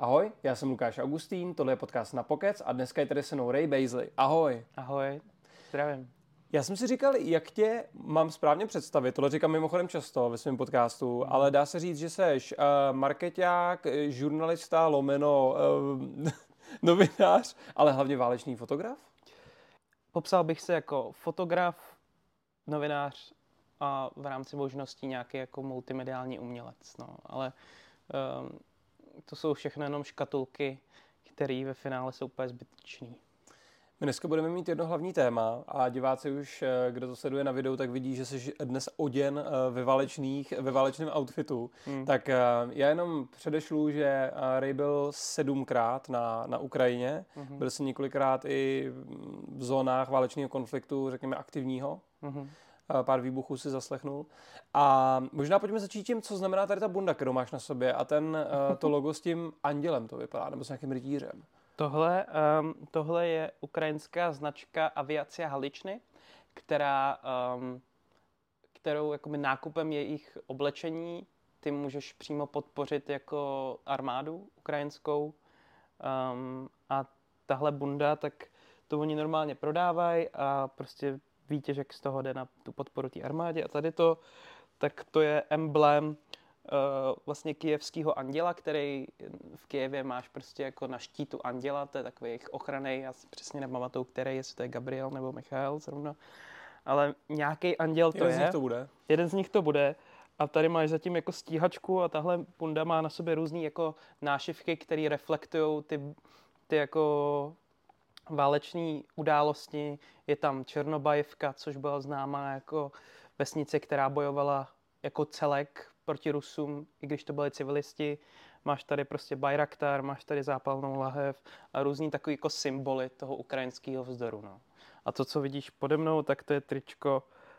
Ahoj, já jsem Lukáš Augustín, tohle je podcast Na Pokec a dneska je tady se mnou Ray Baisley. Ahoj. Ahoj, zdravím. Já jsem si říkal, jak tě mám správně představit, tohle říkám mimochodem často ve svém podcastu, ale dá se říct, že seš markeťák, žurnalista, lomeno, novinář, ale hlavně válečný fotograf? Popsal bych se jako fotograf, novinář a v rámci možností nějaký jako multimediální umělec. No. Ale to jsou všechno jenom škatulky, které ve finále jsou úplně zbytečný. My dneska budeme mít jedno hlavní téma a diváci už, kdo to sleduje na videu, tak vidí, že jsi dnes oděn ve válečném outfitu. Tak já jenom předešlu, že Ray byl 7krát na Ukrajině. Byl jsi několikrát i v zónách válečného konfliktu, řekněme aktivního. Pár výbuchů si zaslechnul. A možná pojďme začít tím, co znamená tady ta bunda, kterou máš na sobě a to logo s tím andělem to vypadá, nebo s nějakým rytířem. Tohle je ukrajinská značka Aviacia Haličny, kterou jakoby nákupem jejich oblečení ty můžeš přímo podpořit jako armádu ukrajinskou. A tahle bunda, tak to oni normálně prodávají a prostě výtěžek z toho jde na tu podporu té armádě. A tady to je emblém vlastně kyjevského anděla, který v Kyjevě máš prostě jako na štítu anděla, to je takový jejich ochranný, já si přesně nepamatuju, který, jestli to je Gabriel nebo Michael zrovna, ale nějaký anděl to je. Jeden z nich to bude. Jeden z nich to bude a tady máš zatím jako stíhačku a tahle bunda má na sobě různý jako nášivky, které reflektují ty jako váleční události. Je tam Černobajivka, což byla známá jako vesnice, která bojovala jako celek proti Rusům, i když to byli civilisti. Máš tady prostě Bajraktar, máš tady zápalnou lahev a různý takový jako symboly toho ukrajinského vzdoru. No. A to, co vidíš pode mnou, tak to je tričko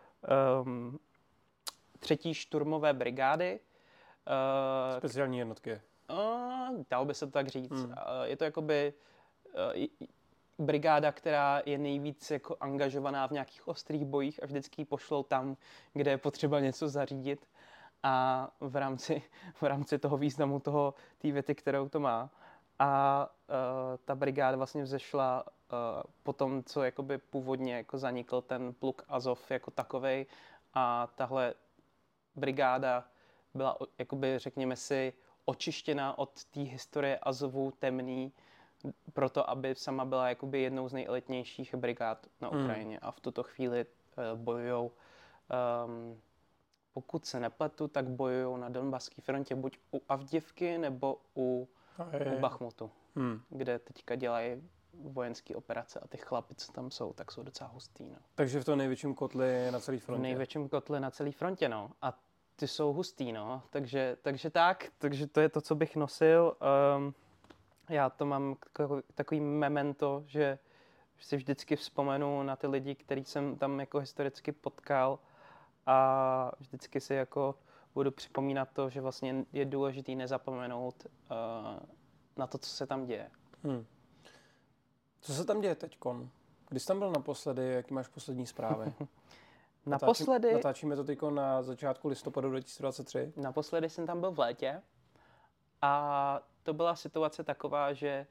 3. šturmové brigády. Speciální jednotky. Dalo by se to tak říct. Je to jakoby brigáda, která je nejvíc jako angažovaná v nějakých ostrých bojích a vždycky pošlou tam, kde je potřeba něco zařídit. A v rámci toho významu té věty, kterou to má. A ta brigáda vlastně vzešla po tom, co jakoby původně jako zanikl ten pluk Azov jako takovej. A tahle brigáda byla, jakoby, řekněme si, očištěna od té historie Azovu temný, proto aby sama byla jakoby jednou z nejelitnějších brigád na Ukrajině. A v tuto chvíli bojujou pokud se nepletu, tak bojují na Donbaské frontě buď u Avdivky nebo u Bachmutu, kde teďka dělají vojenské operace a ty chlapi, co tam jsou, tak jsou docela hustý. No. Takže v tom největším kotli na celé frontě. V největším kotli na celé frontě, no. A ty jsou hustý, no. Takže to je to, co bych nosil. Já to mám takový memento, že si vždycky vzpomenu na ty lidi, který jsem tam jako historicky potkal, a vždycky si jako budu připomínat to, že vlastně je důležitý nezapomenout na to, co se tam děje. Co se tam děje teďkon? Kdy jsi tam byl naposledy? Jaký máš poslední zprávy? Natáčíme to teďko na začátku listopadu 2023. Naposledy jsem tam byl v létě a to byla situace taková,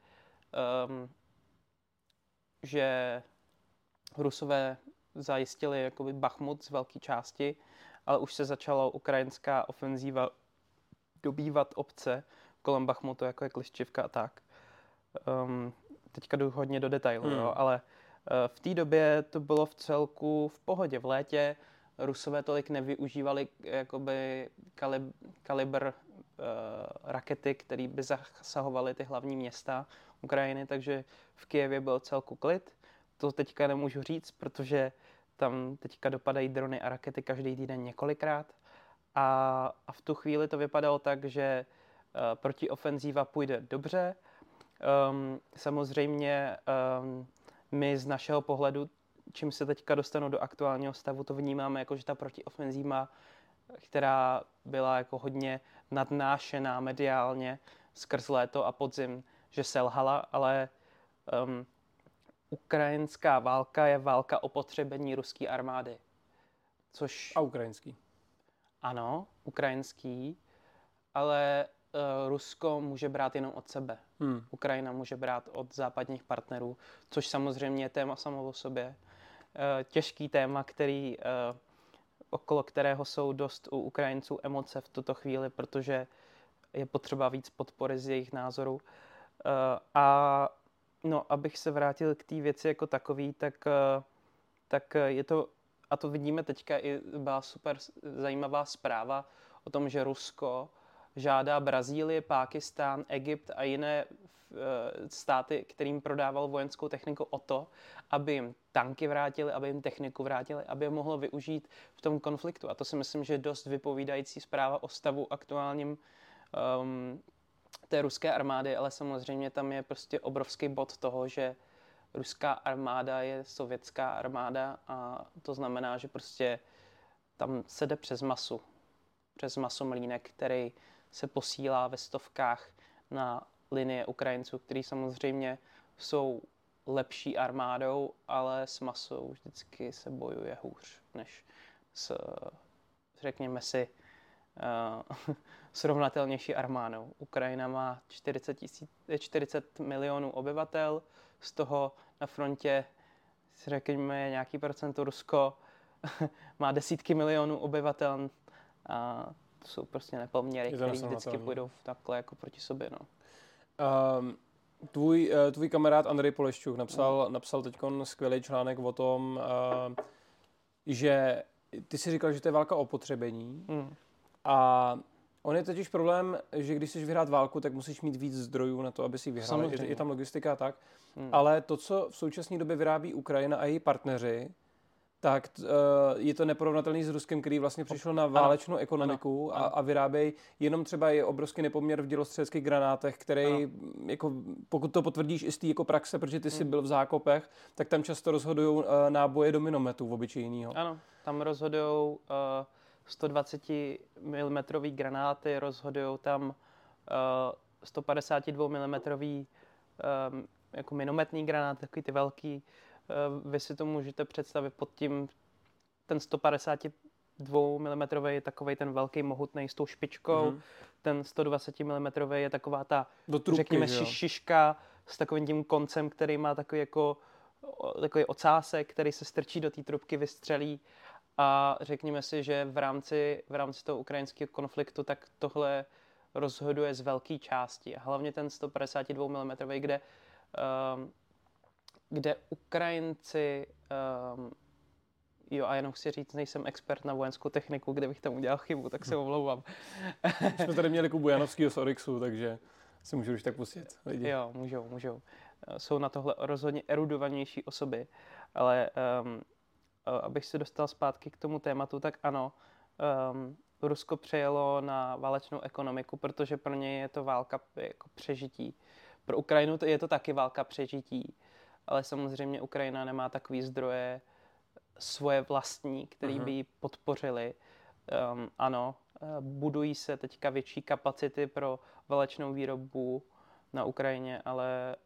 že Rusové zajistili jakoby Bachmut z velké části, ale už se začala ukrajinská ofenzíva dobývat obce kolem Bachmutu, jako je Kliščivka a tak. Teďka jdu hodně do detailu, jo, ale v té době to bylo v celku v pohodě. V létě Rusové tolik nevyužívali jakoby kalibr rakety, které by zasahovaly ty hlavní města Ukrajiny, takže v Kyjevě byl celku klid. To teďka nemůžu říct, protože tam teďka dopadají drony a rakety každý týden několikrát. A v tu chvíli to vypadalo tak, že protiofenzíva půjde dobře. Samozřejmě my z našeho pohledu, čím se teďka dostanu do aktuálního stavu, to vnímáme jako, že ta protiofenzíva, která byla jako hodně nadnášená mediálně skrz léto a podzim, že selhala, ale ukrajinská válka je válka o potřebení ruské armády. A ukrajinský. Ano, ukrajinský, ale Rusko může brát jenom od sebe. Ukrajina může brát od západních partnerů, což samozřejmě je téma samo o sobě. Těžký téma, okolo kterého jsou dost u Ukrajinců emoce v tuto chvíli, protože je potřeba víc podpory z jejich názoru. Abych se vrátil k té věci jako takový, tak je to, a to vidíme teďka, i byla super zajímavá zpráva o tom, že Rusko žádá Brazílii, Pákistán, Egypt a jiné státy, kterým prodával vojenskou techniku o to, aby jim tanky vrátili, aby jim techniku vrátili, aby je mohlo využít v tom konfliktu. A to si myslím, že je dost vypovídající zpráva o stavu aktuálním té ruské armády, ale samozřejmě tam je prostě obrovský bod toho, že ruská armáda je sovětská armáda a to znamená, že prostě tam se jde přes masu mlýnek, který se posílá ve stovkách na linie Ukrajinců, kteří samozřejmě jsou lepší armádou, ale s masou vždycky se bojuje hůř, než s, řekněme si, srovnatelnější armádou. Ukrajina má 40 milionů obyvatel, z toho na frontě, řekněme, nějaký procent. Rusko má desítky milionů obyvatel a to jsou prostě nepoměry, které vždycky půjdou takhle jako proti sobě. No. Tvůj kamarád Andrej Poleščuk napsal teď skvělý článek o tom, že ty si říkal, že to je válka o potřebení. A on je totiž problém, že když chceš vyhrát válku, tak musíš mít víc zdrojů na to, aby si vyhrál. Je tam logistika a tak. Ale to, co v současné době vyrábí Ukrajina a její partneři, tak je to neporovnatelný s Ruskem, který vlastně přišel na válečnou ekonomiku a vyrábějí jenom třeba je obrovský nepoměr v dělostřeleckých granátech, který, jako, pokud to potvrdíš i z té jako praxe, protože ty jsi byl v zákopech, tak tam často rozhodují náboje do minometů obyčejného. Ano, tam rozhodují 120 mm granáty, rozhodují tam 152 mm jako minometný granát, takový ty velký. Vy si to můžete představit pod tím, ten 152 mm je takovej ten velký mohutnej s tou špičkou, ten 120 mm je taková ta, řekněme, šiška s takovým tím koncem, který má takový ocásek, který se strčí do té trubky, vystřelí. A řekněme si, že v rámci toho ukrajinského konfliktu tak tohle rozhoduje z velké části. A hlavně ten 152 mm, kde Ukrajinci, a jenom chci říct, nejsem expert na vojenskou techniku, kde bych tam udělal chybu, tak se omlouvám. Jsme tady měli Kubu Janovskýho z Oryxu, takže si můžu už tak pustit. Lidi. Jo, můžou. Jsou na tohle rozhodně erudovanější osoby, ale abych se dostal zpátky k tomu tématu, tak ano, Rusko přejelo na válečnou ekonomiku, protože pro ně je to válka jako přežití. Pro Ukrajinu je to taky válka přežití, ale samozřejmě Ukrajina nemá takový zdroje svoje vlastní, který by ji podpořili. Budují se teďka větší kapacity pro válečnou výrobu na Ukrajině, ale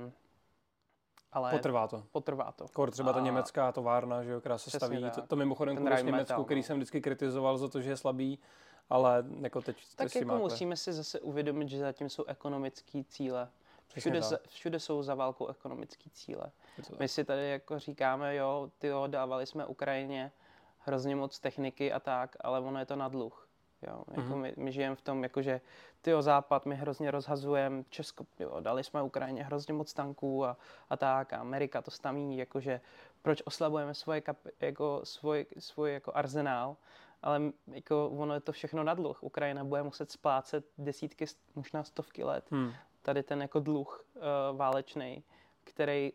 Potrvá to. Kor třeba ta německá továrna, že jo, která se staví. To mimochodem kvůli Německu, který jsem vždycky kritizoval za to, že je slabý, ale jako teď tak jako musíme si zase uvědomit, že zatím jsou ekonomické cíle. Všude jsou za válkou ekonomické cíle. My si tady jako říkáme, dávali jsme Ukrajině hrozně moc techniky a tak, ale ono je to na dluh. Jo, jako my žijeme v tom, jakože Západ, my hrozně rozhazujeme Česko, dali jsme Ukrajině hrozně moc tanků a tak, a Amerika to staví, jakože proč oslabujeme svůj jako arzenál, ale jako ono je to všechno na dluh. Ukrajina bude muset splácet desítky, možná stovky let. Tady ten jako dluh válečný, který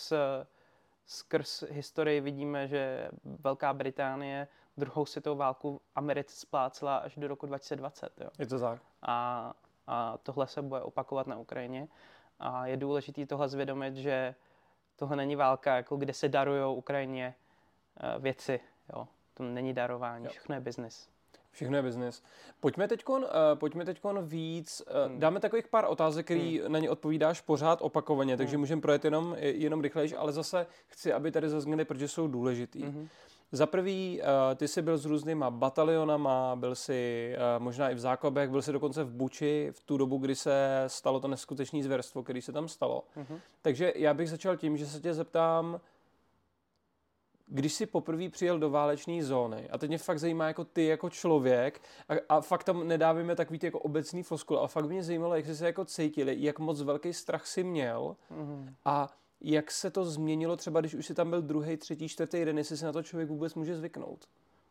skrz historii vidíme, že Velká Británie druhou světovou válku Americe splácela až do roku 2020. Jo. Je to tak. A tohle se bude opakovat na Ukrajině. A je důležité tohle zvědomit, že tohle není válka, jako kde se darujou Ukrajině věci. Jo. To není darování, všechno je biznis. Všechno je biznis. Pojďme teďkon víc. Dáme takových pár otázek, který na ně odpovídáš pořád opakovaně, takže můžeme projet jenom rychlejš, ale zase chci, aby tady zazněly, protože jsou důležitý. Za prvý, ty jsi byl s různýma batalionama, byl jsi možná i v základech, byl jsi dokonce v Buči v tu dobu, kdy se stalo to neskutečné zvěrstvo, které se tam stalo. Takže já bych začal tím, že se tě zeptám, když jsi poprvé přijel do válečné zóny, a teď mě fakt zajímá jako ty jako člověk, a fakt tam nedávíme takový ty jako obecný floskul, ale fakt mě zajímalo, jak jsi se jako cítil, jak moc velký strach jsi měl a jak se to změnilo třeba, když už jsi tam byl druhý, třetí, čtvrtý den, jestli se na to člověk vůbec může zvyknout?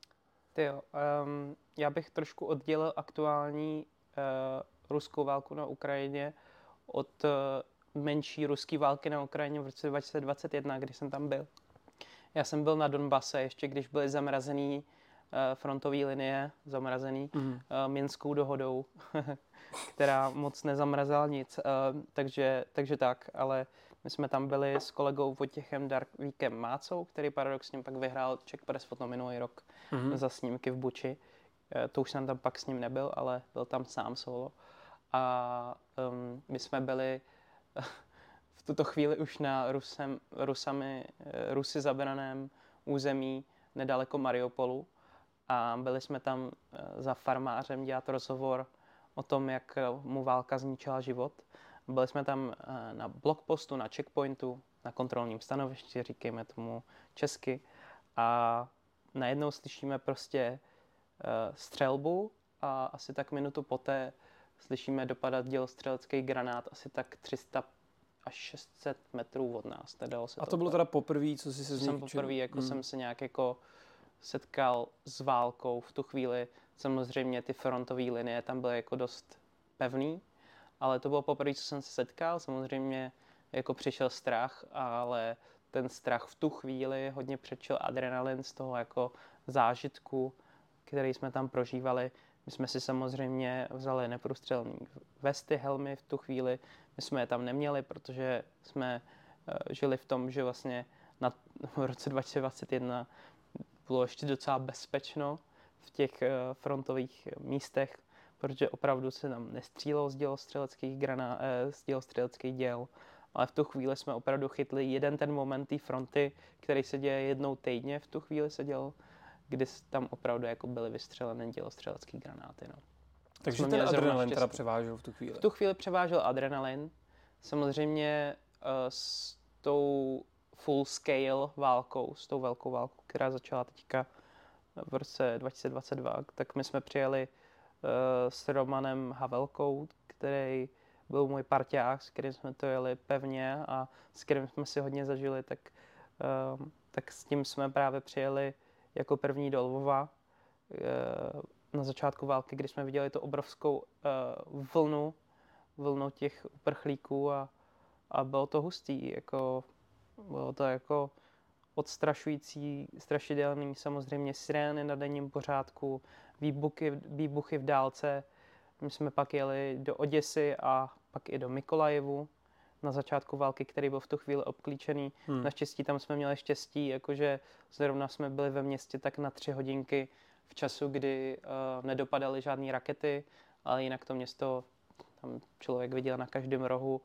Já bych trošku oddělil aktuální ruskou válku na Ukrajině od menší ruské války na Ukrajině v roce 2021, kdy jsem tam byl. Já jsem byl na Donbase, ještě když byly zamrazený frontové linie, Minskou dohodou, která moc nezamrazila nic. Takže tak, ale my jsme tam byli s kolegou Vojtěchem Darkvíkem Mácou, který paradoxně pak vyhrál Czech Press Photo minulý rok za snímky v Buči. To už jsem tam pak s ním nebyl, ale byl tam sám solo. A my jsme byli v tuto chvíli už na Rusy zabraném území nedaleko Mariupolu a byli jsme tam za farmářem dělat rozhovor o tom, jak mu válka zničila život. Byli jsme tam na blokpostu, na checkpointu, na kontrolním stanovišti, říkejme tomu česky, a najednou slyšíme prostě střelbu a asi tak minutu poté slyšíme dopadat dělostřelecký granát asi tak 300 až 600 metrů od nás. A to bylo teda poprvé, co jsi se z něj učil? Poprvé, jako jsem se nějak jako setkal s válkou v tu chvíli. Samozřejmě ty frontové linie tam byly jako dost pevný, ale to bylo poprvé, co jsem se setkal. Samozřejmě jako přišel strach, ale ten strach v tu chvíli hodně předčil adrenalin z toho jako zážitku, který jsme tam prožívali. My jsme si samozřejmě vzali neprůstřelné vesty, helmy v tu chvíli. My jsme je tam neměli, protože jsme žili v tom, že vlastně v roce 2021 bylo ještě docela bezpečno v těch frontových místech, protože opravdu se tam nestřílelo z dělostřeleckých děl. Ale v tu chvíli jsme opravdu chytli jeden ten moment té fronty, který se děje jednou týdně, v tu chvíli se děl, kdy tam opravdu jako byly vystřelené dělostřelecké granáty. No. Takže ten adrenalin teda převážel v tu chvíli? V tu chvíli převážel adrenalin. Samozřejmě s tou full scale válkou, s tou velkou válkou, která začala teďka v roce 2022, tak my jsme přijeli s Romanem Havelkou, který byl můj parťák, s kterým jsme to jeli pevně a s kterým jsme si hodně zažili, tak s tím jsme právě přijeli jako první do Lvova na začátku války, kdy jsme viděli tu obrovskou vlnu těch uprchlíků a bylo to hustý, bylo to jako odstrašující, strašidelný, samozřejmě sirény na denním pořádku, výbuchy v dálce. My jsme pak jeli do Oděsy a pak i do Mykolajivu na začátku války, který byl v tu chvíli obklíčený. Naštěstí tam jsme měli štěstí, jakože zrovna jsme byli ve městě tak na 3 hodinky v času, kdy nedopadaly žádné rakety, ale jinak to město, tam člověk viděl na každém rohu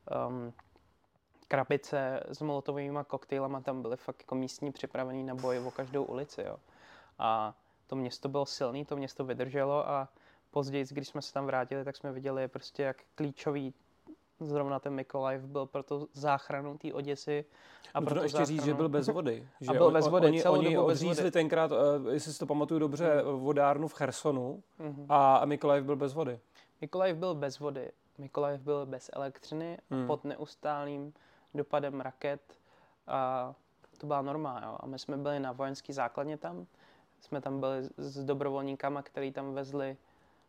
krabice s molotovými koktejlama, tam byly fakt jako místní připravený na boj o každou ulici. Jo. A to město bylo silné, to město vydrželo a později, když jsme se tam vrátili, tak jsme viděli prostě, jak klíčový zrovna ten Mykolajiv byl pro tu záchranu té Oděsy. A proto ještě říct, že byl bez vody. Že a byl bez vody, oni odřízli tenkrát, jestli si to pamatuju dobře, vodárnu v Chersonu a Mykolajiv byl bez vody. Mykolajiv byl bez vody. Mykolajiv byl bez elektřiny pod neustálým dopadem raket a to byla norma. Jo. A my jsme byli na vojenský základně tam. Jsme tam byli s dobrovolníkama, který tam vezli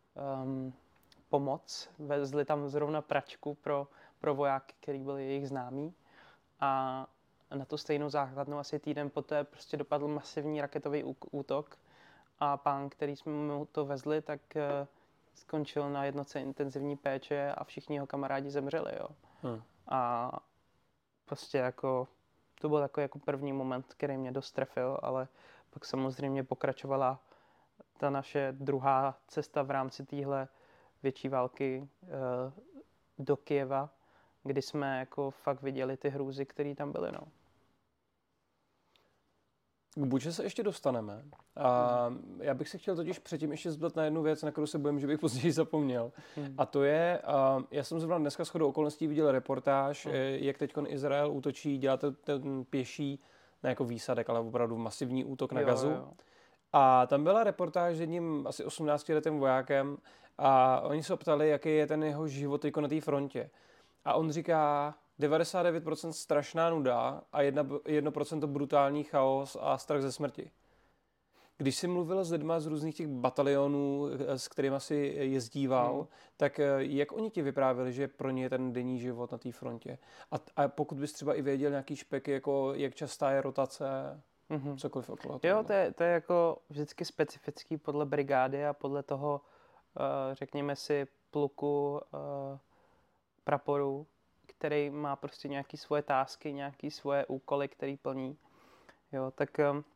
pomoc. Vezli tam zrovna pračku pro vojáky, který byli jejich známí. A na tu stejnou základnu asi týden poté prostě dopadl masivní raketový útok a pán, který jsme mu to vezli, tak skončil na jednotce intenzivní péče a všichni jeho kamarádi zemřeli. Jo. A prostě jako to byl takový jako první moment, který mě dost trefil, ale pak samozřejmě pokračovala ta naše druhá cesta v rámci téhle větší války do Kyjeva, kdy jsme jako fakt viděli ty hrůzy, které tam byly. No. K Buče se ještě dostaneme. A já bych se chtěl totiž předtím ještě zeptat na jednu věc, na kterou se bojím, že bych později zapomněl. A to je, já jsem zrovna dneska shodou okolností viděl reportáž, jak teď Izrael útočí, dělá ten pěší, ne jako výsadek, ale opravdu masivní útok na Gazu. Jo. A tam byla reportáž s jedním asi 18letým vojákem a oni se ptali, jaký je ten jeho život jako na té frontě. A on říká 99% strašná nuda a 1% brutální chaos a strach ze smrti. Když jsi mluvil s lidma z různých těch batalionů, s kterými si jezdíval, tak jak oni ti vyprávěli, že pro ně je ten denní život na té frontě? A pokud bys třeba i věděl nějaký špeky, jako jak častá je rotace, cokoliv okolo toho. Jo, to je jako vždycky specifický podle brigády a podle toho, řekněme si, pluku praporů, který má prostě nějaké svoje tásky, nějaké svoje úkoly, který plní. Jo, tak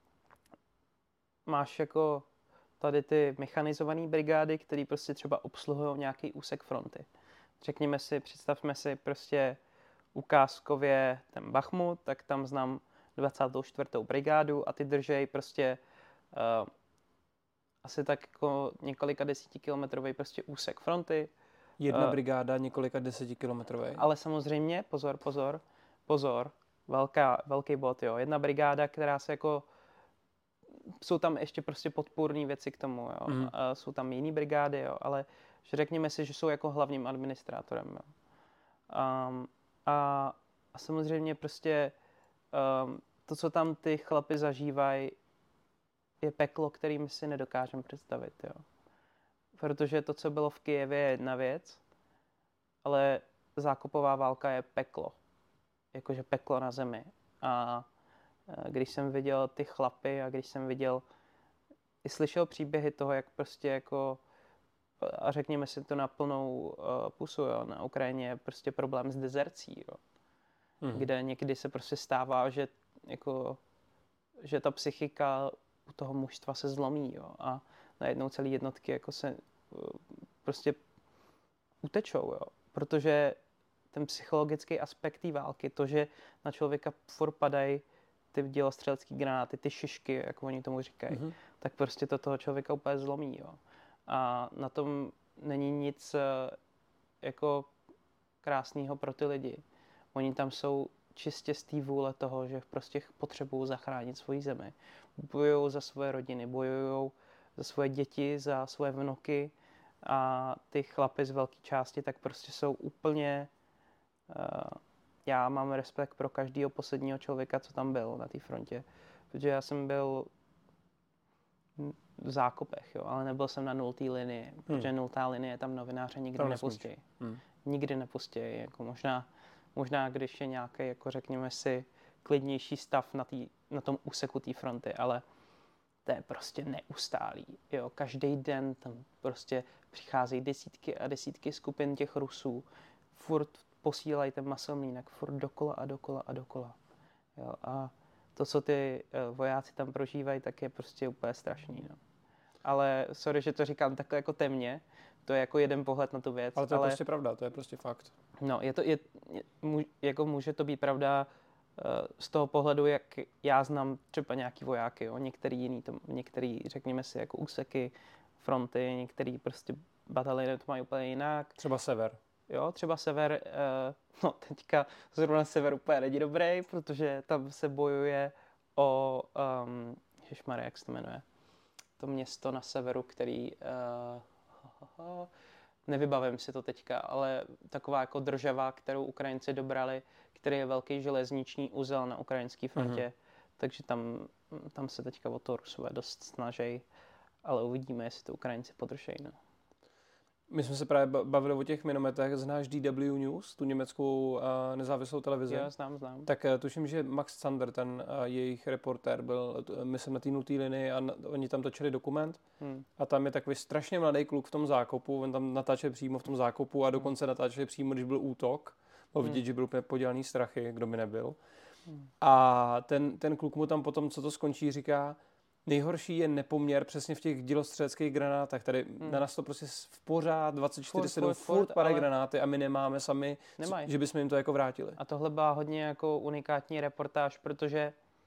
máš jako tady ty mechanizované brigády, které prostě třeba obsluhují nějaký úsek fronty. Řekněme si, představme si prostě ukázkově ten Bachmut, tak tam znám 24. brigádu a ty držej prostě asi tak jako několika desetikilometrový prostě úsek fronty. Jedna brigáda několika desetikilometrový. Ale samozřejmě, pozor, velký bod, jo. Jedna brigáda, která se jako, jsou tam ještě prostě podpůrné věci k tomu, jo. Jsou tam jiný brigády, jo, ale řekněme si, že jsou jako hlavním administrátorem, jo. A samozřejmě prostě to, co tam ty chlapi zažívají, je peklo, kterým si nedokážeme představit, jo. Protože to, co bylo v Kyjevě, je jedna věc, ale zákopová válka je peklo. Jakože peklo na zemi. A když jsem viděl ty chlapy a když jsem viděl i slyšel příběhy toho, jak prostě jako, a řekněme si to na plnou pusu, jo, na Ukrajině je prostě problém s dezercí, jo. Kde někdy se prostě stává, že jako, že ta psychika u toho mužstva se zlomí, jo, a najednou celé jednotky jako se prostě utečou, jo, protože ten psychologický aspekt té války, to, že na člověka furt padají ty dělostřelecké granáty, ty šišky, jak oni tomu říkají, tak prostě to toho člověka úplně zlomí, jo. A na tom není nic jako krásného pro ty lidi. Oni tam jsou čistě z té vůle toho, že prostě potřebují zachránit svoji zemi. Bojují za svoje rodiny, bojují za svoje děti, za svoje vnuky a ty chlapy z velké části tak prostě jsou úplně... já mám respekt pro každého posledního člověka, co tam byl na té frontě. Protože já jsem byl v zákopech, jo, ale nebyl jsem na nultý linii, protože nultá linie tam novináře nikdy nepustí. Nikdy nepustí, jako možná když je nějaký, jako řekněme si, klidnější stav na tom úseku té fronty, ale to je prostě neustálý. Jo. Každý den tam prostě přicházejí desítky a desítky skupin těch Rusů, furt posílají ten maselmlýnek, furt dokola a dokola a dokola. Jo. A to, co ty vojáci tam prožívají, tak je prostě úplně strašný. No. Ale sorry, že to říkám takhle jako temně, to je jako jeden pohled na tu věc. Ale to je prostě pravda, to je prostě fakt. No, jako může to být pravda z toho pohledu, jak já znám třeba nějaký vojáky, jo, některý, řekněme si, jako úseky, fronty, některý prostě bataliony to mají úplně jinak. Třeba sever. Jo, třeba sever, no teďka zrovna sever úplně není dobrý, protože tam se bojuje o, ježišmarja, jak se to jmenuje, to město na severu, který, nevybavím si to teďka, ale taková jako država, kterou Ukrajinci dobrali, který je velký železniční uzel na ukrajinské frontě, takže tam se teďka o to Rusové dost snaží, ale uvidíme, jestli to Ukrajinci podržejí. No. My jsme se právě bavili o těch minometech. Znáš DW News, tu německou nezávislou televizi? Jo, znám. Tak tuším, že Max Zander, ten jejich reportér, byl, myslím, na té nulté linii a oni tam točili dokument. A tam je takový strašně mladý kluk v tom zákopu, on tam natáčel přímo v tom zákopu a dokonce natáčeli přímo, když byl útok. Bylo vidět, že byl úplně podělaný strachy, kdo by nebyl. A ten kluk mu tam potom, co to skončí, říká, nejhorší je nepoměr přesně v těch dělostřeleckých granátách. Tady na nás to prostě v pořád 24/7 furt padají granáty a my nemáme sami, že bychom jim to jako vrátili. A tohle byla hodně jako unikátní reportáž, protože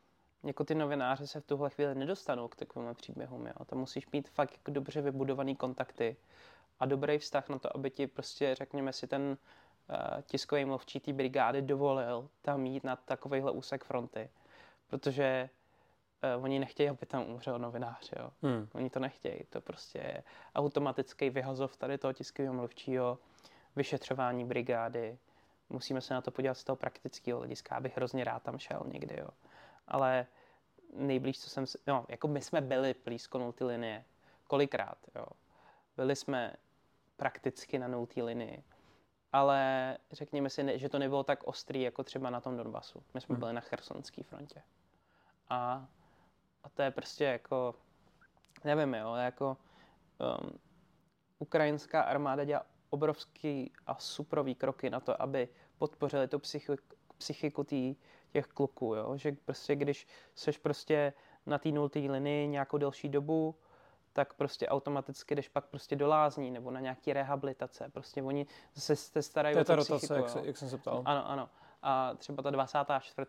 jako ty novináři se v tuhle chvíli nedostanou k takovým příběhům, jo. To musíš mít fakt jako dobře vybudovaný kontakty a dobrý vztah na to, aby ti prostě, řekněme si, ten tiskový mluvčí té brigády dovolil tam jít na takovejhle úsek fronty. Protože oni nechtějí, aby tam umřel novinář, jo. Oni to nechtějí, to prostě je automatický vyhazov tady toho tiskového mluvčího, vyšetřování brigády. Musíme se na to podívat z toho praktického hlediska, abych hrozně rád tam šel někdy, jo. Ale nejblíž, co jsem, no, jako my jsme byli blízko nultý linie, kolikrát, jo. Byli jsme prakticky na nultý linii, ale řekněme si, že to nebylo tak ostrý, jako třeba na tom Donbasu. My jsme byli na Chersonské frontě. A to je prostě jako, nevím, jo, jako ukrajinská armáda dělá obrovský a suprový kroky na to, aby podpořili tu psychiku těch kluků, jo, že prostě když seš prostě na té nulté linii nějakou delší dobu, tak prostě automaticky jdeš pak prostě do lázní nebo na nějaký rehabilitace, prostě oni se starají o tu psychiku. Rotace, jak jsem se ptal. Ano. A třeba ta 24.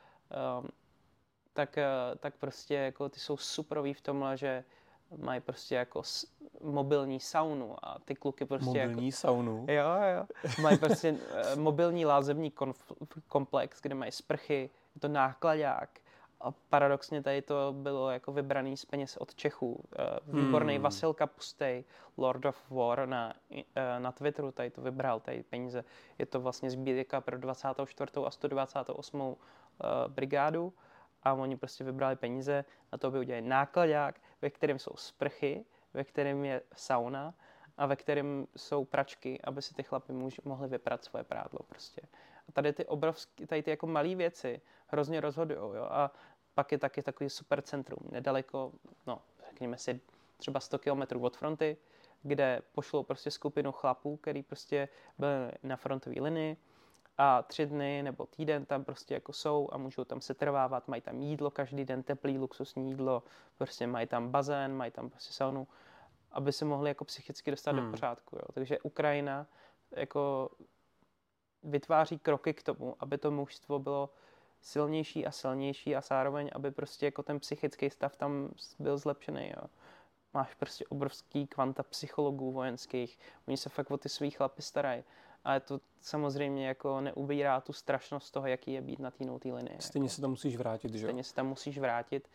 Tak prostě jako ty jsou superoví v tomhle, že mají prostě jako mobilní saunu a ty kluky prostě mobilní saunu? Jo. Mají prostě mobilní lázemní komplex, kde mají sprchy, je to nákladák. A paradoxně tady to bylo jako vybraný z peněz od Čechů. Výborný Vasil Kapustej, Lord of War na Twitteru tady to vybral, tady peníze. Je to vlastně sbírka pro 24. a 128. brigádu a oni prostě vybrali peníze na to, aby udělali nákladák, ve kterém jsou sprchy, ve kterém je sauna a ve kterém jsou pračky, aby si ty chlapi mohli vyprat svoje prádlo prostě. A tady ty obrovské, tady ty jako malé věci hrozně rozhodujou, jo. A pak je taky takový super centrum, nedaleko, no, řekněme si třeba 100 kilometrů od fronty, kde pošlou prostě skupinu chlapů, který prostě byli na frontové linii a 3 dny nebo týden tam prostě jako jsou a můžou tam se trvávat, mají tam jídlo každý den, teplý luxusní jídlo, prostě mají tam bazén, mají tam prostě saunu, aby se mohli jako psychicky dostat do pořádku, jo. Takže Ukrajina jako vytváří kroky k tomu, aby to mužstvo bylo silnější a zároveň, aby prostě jako ten psychický stav tam byl zlepšený, jo. Máš prostě obrovský kvanta psychologů vojenských, oni se fakt o ty svý chlapy starají. Ale to samozřejmě jako neubírá tu strašnost toho, jaký je být na té nulté linii. Stejně jako. se tam musíš vrátit, že jo? Stejně se tam musíš vrátit,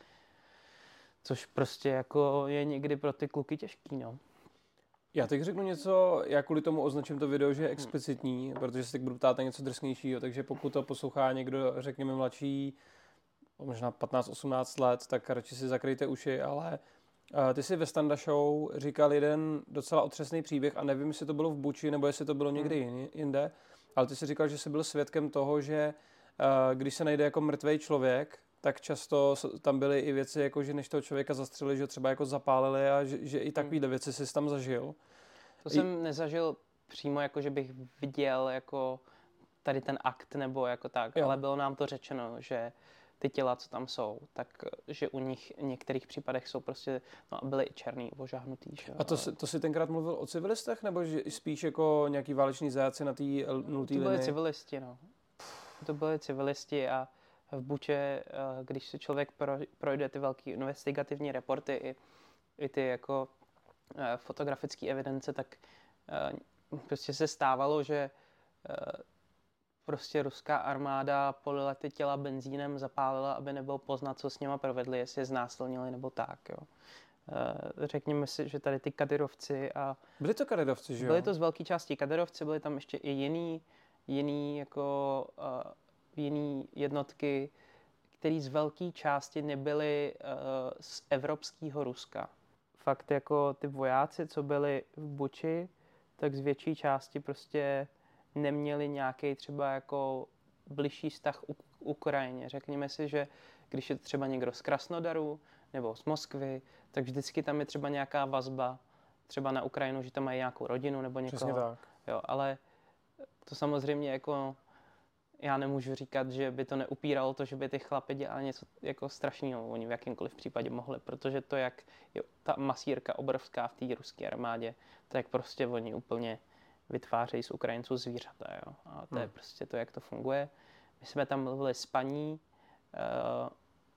což prostě jako je někdy pro ty kluky těžký, no. Já teď řeknu něco, já kvůli tomu označím to video, že je explicitní, protože se teď budu ptát na něco drsnějšího, takže pokud to poslouchá někdo, řekněme mladší, možná 15-18 let, tak radši si zakryjte uši, ale ty si ve Standa Show říkal jeden docela otřesný příběh a nevím, jestli to bylo v Buči, nebo jestli to bylo někdy jinde, ale ty si říkal, že jsi byl svědkem toho, že když se najde jako mrtvý člověk, tak často tam byly i věci, jako že než toho člověka zastřelili, že třeba jako zapálili a že i takovýhle věci jsi tam zažil. To jsem nezažil přímo, jako že bych viděl jako tady ten akt nebo jako tak, ale bylo nám to řečeno, že ty těla, co tam jsou, tak že u nich v některých případech jsou prostě, no byly i černý, ožahnutý. Že? A to si tenkrát mluvil o civilistech, nebo že spíš jako nějaký váleční zajaci na té nulté linii? To byli civilisti, no. To byli civilisti a v Buče, když se člověk projde ty velké investigativní reporty i ty jako fotografické evidence, tak prostě se stávalo, že prostě ruská armáda polila ty těla benzínem, zapálila, aby nebylo poznat, co s nima provedli, jestli je znásilnili nebo tak, jo. Řekněme si, že tady ty kadyrovci a... Byli to kadyrovci, že jo? Byli to z velké části kadyrovci, byly tam ještě i jiný jednotky, které z velké části nebyly z evropského Ruska. Fakt jako ty vojáci, co byli v Buči, tak z větší části prostě neměli nějaký třeba jako bližší vztah k Ukrajině. Řekněme si, že když je třeba někdo z Krasnodaru nebo z Moskvy, tak vždycky tam je třeba nějaká vazba, třeba na Ukrajinu, že tam mají nějakou rodinu nebo někoho. Přesně tak. Jo, ale to samozřejmě jako já nemůžu říkat, že by to neupíralo to, že by ty chlapi dělali něco jako strašného, oni v jakýmkoliv případě mohli, protože to, jak je ta masírka obrovská v té ruské armádě, to jak prostě oni úplně vytvářejí z Ukrajinců zvířata, jo. A to je prostě to, jak to funguje. My jsme tam mluvili s paní v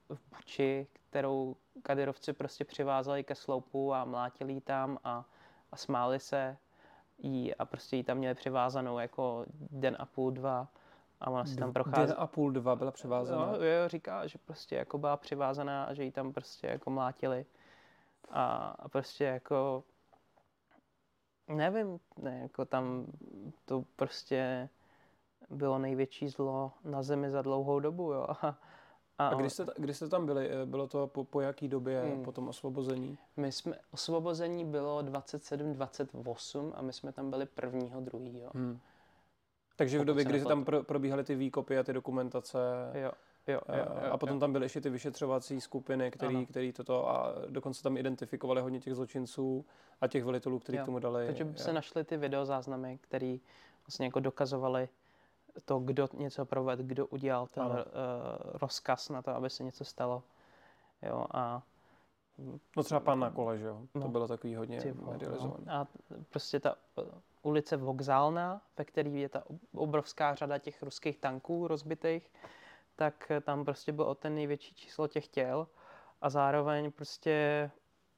Bukči, kterou kadyrovci prostě přivázali ke sloupu a mlátili ji tam a smáli se jí a prostě ji tam měli přivázanou jako den a půl, 2 a ona si tam prochází. Den a půl, 2 byla přivázaná? Jo, říká, že prostě jako byla přivázaná a že ji tam prostě jako mlátili a prostě jako nevím, ne, jako tam to prostě bylo největší zlo na zemi za dlouhou dobu, jo. A když jste tam byli, bylo to po jaký době po tom osvobození? Osvobození bylo 27-28 a my jsme tam byli 1.2. Takže v době, kdy se tam probíhaly ty výkopy a ty dokumentace. Jo, a potom tam byly ještě ty vyšetřovací skupiny, který toto a dokonce tam identifikovali hodně těch zločinců a těch velitelů, kteří k tomu dali. Takže se našly ty videozáznamy, které vlastně jako dokazovaly to, kdo něco provedl, kdo udělal ten rozkaz na to, aby se něco stalo. Jo, a no třeba Pán na kole, že jo? To bylo takový hodně medializované. No. A prostě ta ulice Vokzálna, ve které je ta obrovská řada těch ruských tanků rozbitých, tak tam prostě bylo ten největší číslo těch těl a zároveň prostě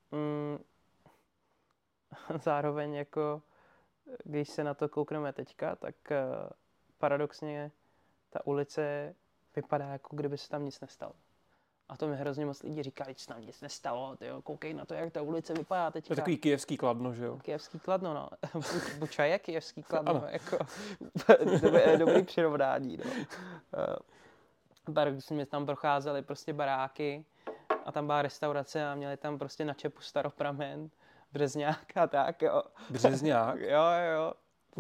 zároveň jako když se na to koukneme teďka, tak paradoxně ta ulice vypadá, jako kdyby se tam nic nestalo. A to mi hrozně moc lidí říká, že se tam nic nestalo, tyjo, koukej na to, jak ta ulice vypadá teďka. To je takový kyjevský Kladno, že jo? Kyjevský Kladno, no. Buča je kyjevský Kladno, jako dobrý přirovnání, no. Paradoxně jsme tam procházeli prostě baráky a tam byla restaurace a měli tam prostě na čepu Staropramen, Březňák a tak, jo. Březňák? Jo.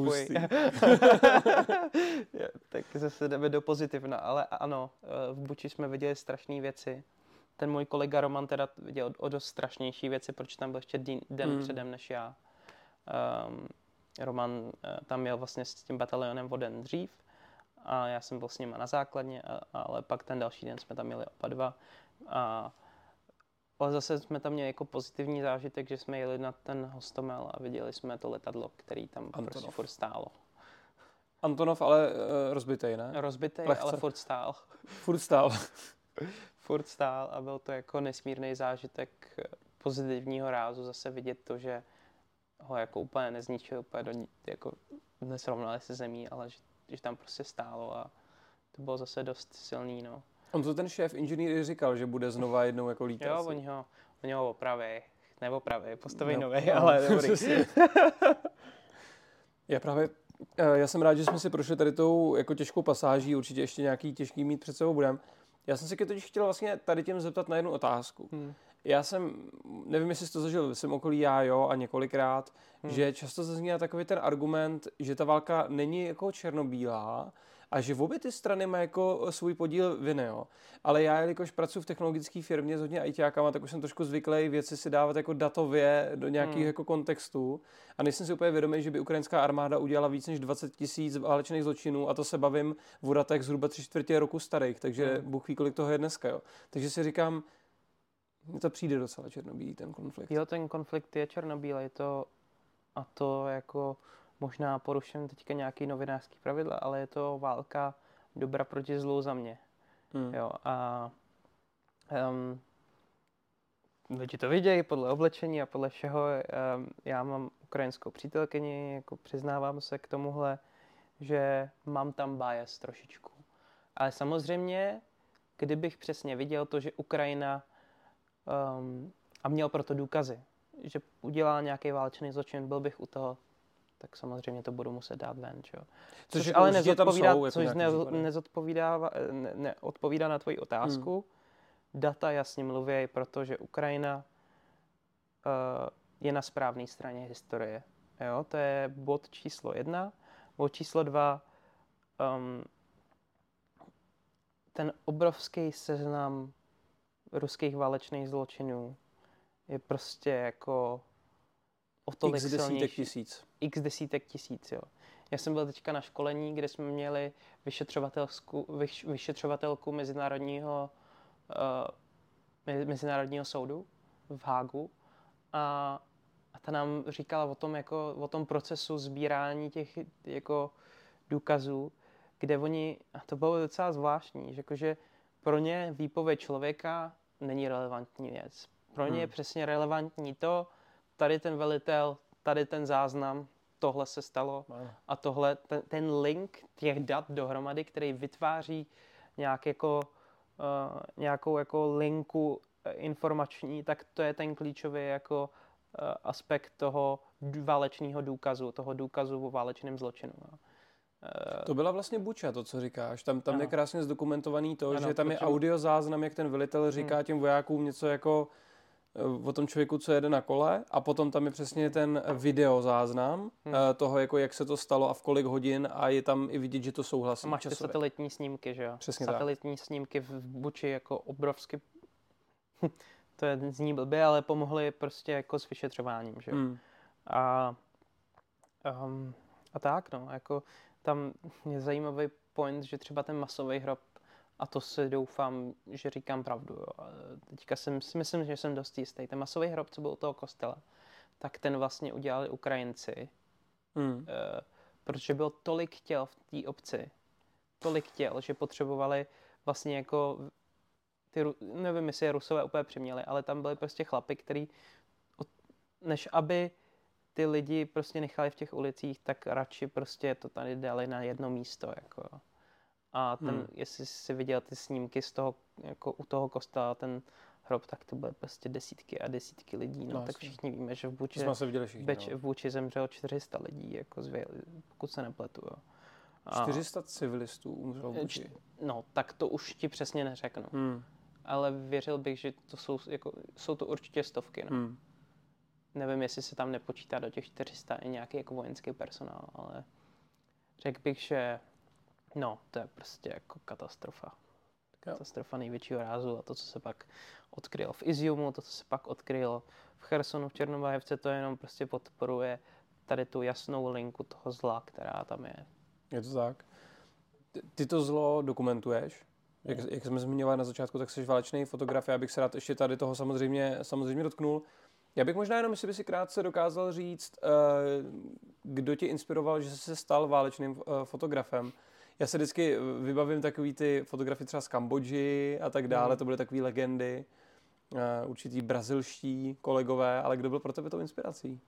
Tak zase jdeme do pozitivna, ale ano, v Buči jsme viděli strašné věci. Ten můj kolega Roman teda viděl o dost strašnější věci, protože tam byl ještě den předem než já. Roman tam měl vlastně s tím batalionem o den dřív a já jsem byl s nima na základně, ale pak ten další den jsme tam měli oba dva. Ale zase jsme tam měli jako pozitivní zážitek, že jsme jeli na ten Hostomel a viděli jsme to letadlo, který tam Antonov. prostě furt stálo. Antonov, ale rozbitej, ne? Rozbitej, Lehce. ale furt stál. Furt stál A byl to jako nesmírný zážitek pozitivního rázu zase vidět to, že ho jako úplně nezničil, úplně jako nesrovnali se zemí, ale že tam prostě stálo a to bylo zase dost silný, no. On to ten šéf inženýr říkal, že bude znova jednou jako lítat. Jo, oni ho opraví, postaví nový, ale dobrý. Já jsem rád, že jsme si prošli tady tou jako těžkou pasáží, určitě ještě nějaký těžký mít před sebou budem. Já jsem se totiž chtěl vlastně tady tím zeptat na jednu otázku. Já nevím, jestli jsi to zažil ve svém okolí, já jo, a několikrát, že často zazněl takový ten argument, že ta válka není jako černobílá, a že v obě ty strany má jako svůj podíl viny, jo. Ale já, jelikož pracuji v technologické firmě s hodně ITákama, tak už jsem trošku zvyklý věci si dávat jako datově do nějakého jako kontextu. A nejsem si úplně vědomý, že by ukrajinská armáda udělala víc než 20 000 válečných zločinů a to se bavím v datech zhruba 3/4 roku starých, takže Bůh ví, kolik toho je dneska, jo. Takže si říkám, mně to přijde docela černobílý, ten konflikt. Jo, ten konflikt je černobílý, a to jako možná poruším teďka nějaký novinářský pravidla, ale je to válka dobra proti zlu za mě. Jo, a lidi to vidějí podle oblečení a podle všeho. Já mám ukrajinskou přítelkyni, jako přiznávám se k tomuhle, že mám tam bias trošičku. Ale samozřejmě, kdybych přesně viděl to, že Ukrajina a měl proto důkazy, že udělala nějaký válečný zločin, byl bych u toho, tak samozřejmě to budu muset dát ven, jo. Což ale neodpovídá na tvoji otázku. Data jasně mluví, protože Ukrajina je na správné straně historie. Jo, to je bod číslo 1. Bod číslo 2. Ten obrovský seznam ruských válečných zločinů je prostě jako o tolik silnější. X desítek tisíc, jo. Já jsem byl teďka na školení, kde jsme měli vyšetřovatelku mezinárodního soudu v Hágu a ta nám říkala o tom procesu sbírání těch jako důkazů, kde a to bylo docela zvláštní, že jakože pro ně výpověď člověka není relevantní věc. Pro ně je přesně relevantní to, tady ten velitel, tady ten záznam, tohle se stalo a tohle, ten link těch dat dohromady, který vytváří nějakou jako linku informační, tak to je ten klíčový jako aspekt toho válečného důkazu, toho důkazu o válečném zločinu. To byla vlastně Buča, to, co říkáš. Tam je krásně zdokumentovaný to, ano, že tam je audiozáznam, jak ten velitel říká těm vojákům něco jako o tom člověku, co jede na kole, a potom tam je přesně ten videozáznam toho, jako jak se to stalo a v kolik hodin, a je tam i vidět, že to souhlasí. Máš ty satelitní snímky, že jo? Přesně satelitní snímky v Buči jako obrovsky to zní blbě, ale pomohly prostě jako s vyšetřováním, že jo? A tak, no, jako tam je zajímavý point, že třeba ten masový hrob, a to si doufám, že říkám pravdu, jo. Teďka si myslím, že jsem dost jistý. Ten masový hrob, co byl u toho kostela, tak ten vlastně udělali Ukrajinci, protože bylo tolik těl v té obci, že potřebovali vlastně jako nevím, jestli je Rusové úplně přiměli, ale tam byli prostě chlapi, který než aby ty lidi prostě nechali v těch ulicích, tak radši prostě to tady dali na jedno místo, jako. A jestli jsi viděl ty snímky z toho, jako u toho kostela, ten hrob, tak to byly prostě desítky a desítky lidí, no tak všichni víme, že v Buči zemřelo 400 lidí, jako pokud se nepletu, jo. 400 civilistů umřelo v Buči. No, tak to už ti přesně neřeknu. Ale věřil bych, že to jsou to určitě stovky, no. Nevím, jestli se tam nepočítá do těch 400 i nějaký jako vojenský personál, ale řekl bych, že no, to je prostě jako katastrofa. Katastrofa největšího rázu, a to, co se pak odkrylo v Iziumu, to, co se pak odkrylo v Chersonu, v Černobájevce, to jenom prostě podporuje tady tu jasnou linku toho zla, která tam je. Je to tak. Ty to zlo dokumentuješ. Jak jsme zmiňovali na začátku, tak jsi válečný fotograf. Já bych se rád ještě tady toho samozřejmě dotknul. Já bych možná jenom, jestli by si krátce dokázal říct, kdo tě inspiroval, že jsi se stal válečným fotografem. Já se vždycky vybavím takový ty fotografie třeba z Kambodži a tak dále, to byly takové legendy, určitý brazilští kolegové, ale kdo byl pro tebe tou inspirací?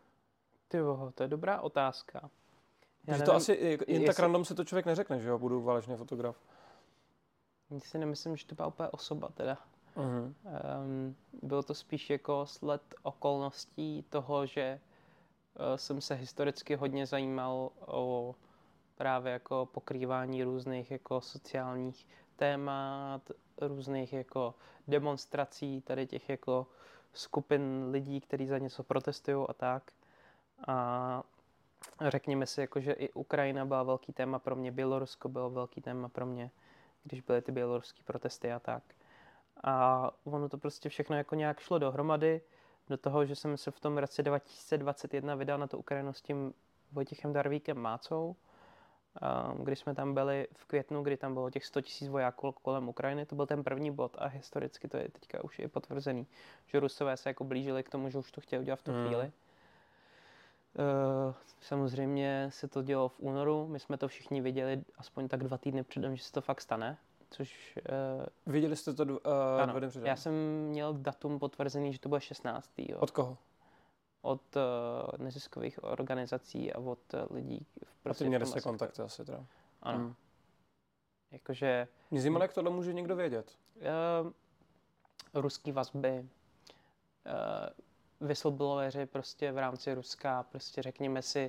To je dobrá otázka. Protože to asi jen tak random se to člověk neřekne, že jo, budu válečný fotograf. Já si nemyslím, že to byla úplně osoba teda. Bylo to spíš jako sled okolností toho, že jsem se historicky hodně zajímal o právě jako pokrývání různých jako sociálních témat, různých jako demonstrací, tady těch jako skupin lidí, kteří za něco protestují a tak. A řekněme si, jako, že i Ukrajina byla velký téma pro mě, Bělorusko bylo velký téma pro mě, když byly ty běloruské protesty a tak. A ono to prostě všechno jako nějak šlo dohromady do toho, že jsem se v tom roce 2021 vydal na tu Ukrajinu s tím Vojtěchem Darvíkem Mácou, když jsme tam byli v květnu, kdy tam bylo těch 100 000 vojáků kolem Ukrajiny. To byl ten první bod a historicky to je teďka už i potvrzený, že Rusové se jako blížili k tomu, že už to chtěli udělat v tu chvíli. Samozřejmě se to dělo v únoru, my jsme to všichni viděli aspoň tak 2 týdny předem, že se to fakt stane. Což, viděli jste to 2 dny předem? Já jsem měl datum potvrzený, že to bude 16. Jo. Od koho? Od neziskových organizací a od lidí. A ty měli se kontakty asi teda. Ano. Jakože... Mě zajímalo, jak tohle může někdo vědět. Ruský vazby, whistlebloweri prostě v rámci Ruska, prostě řekněme si,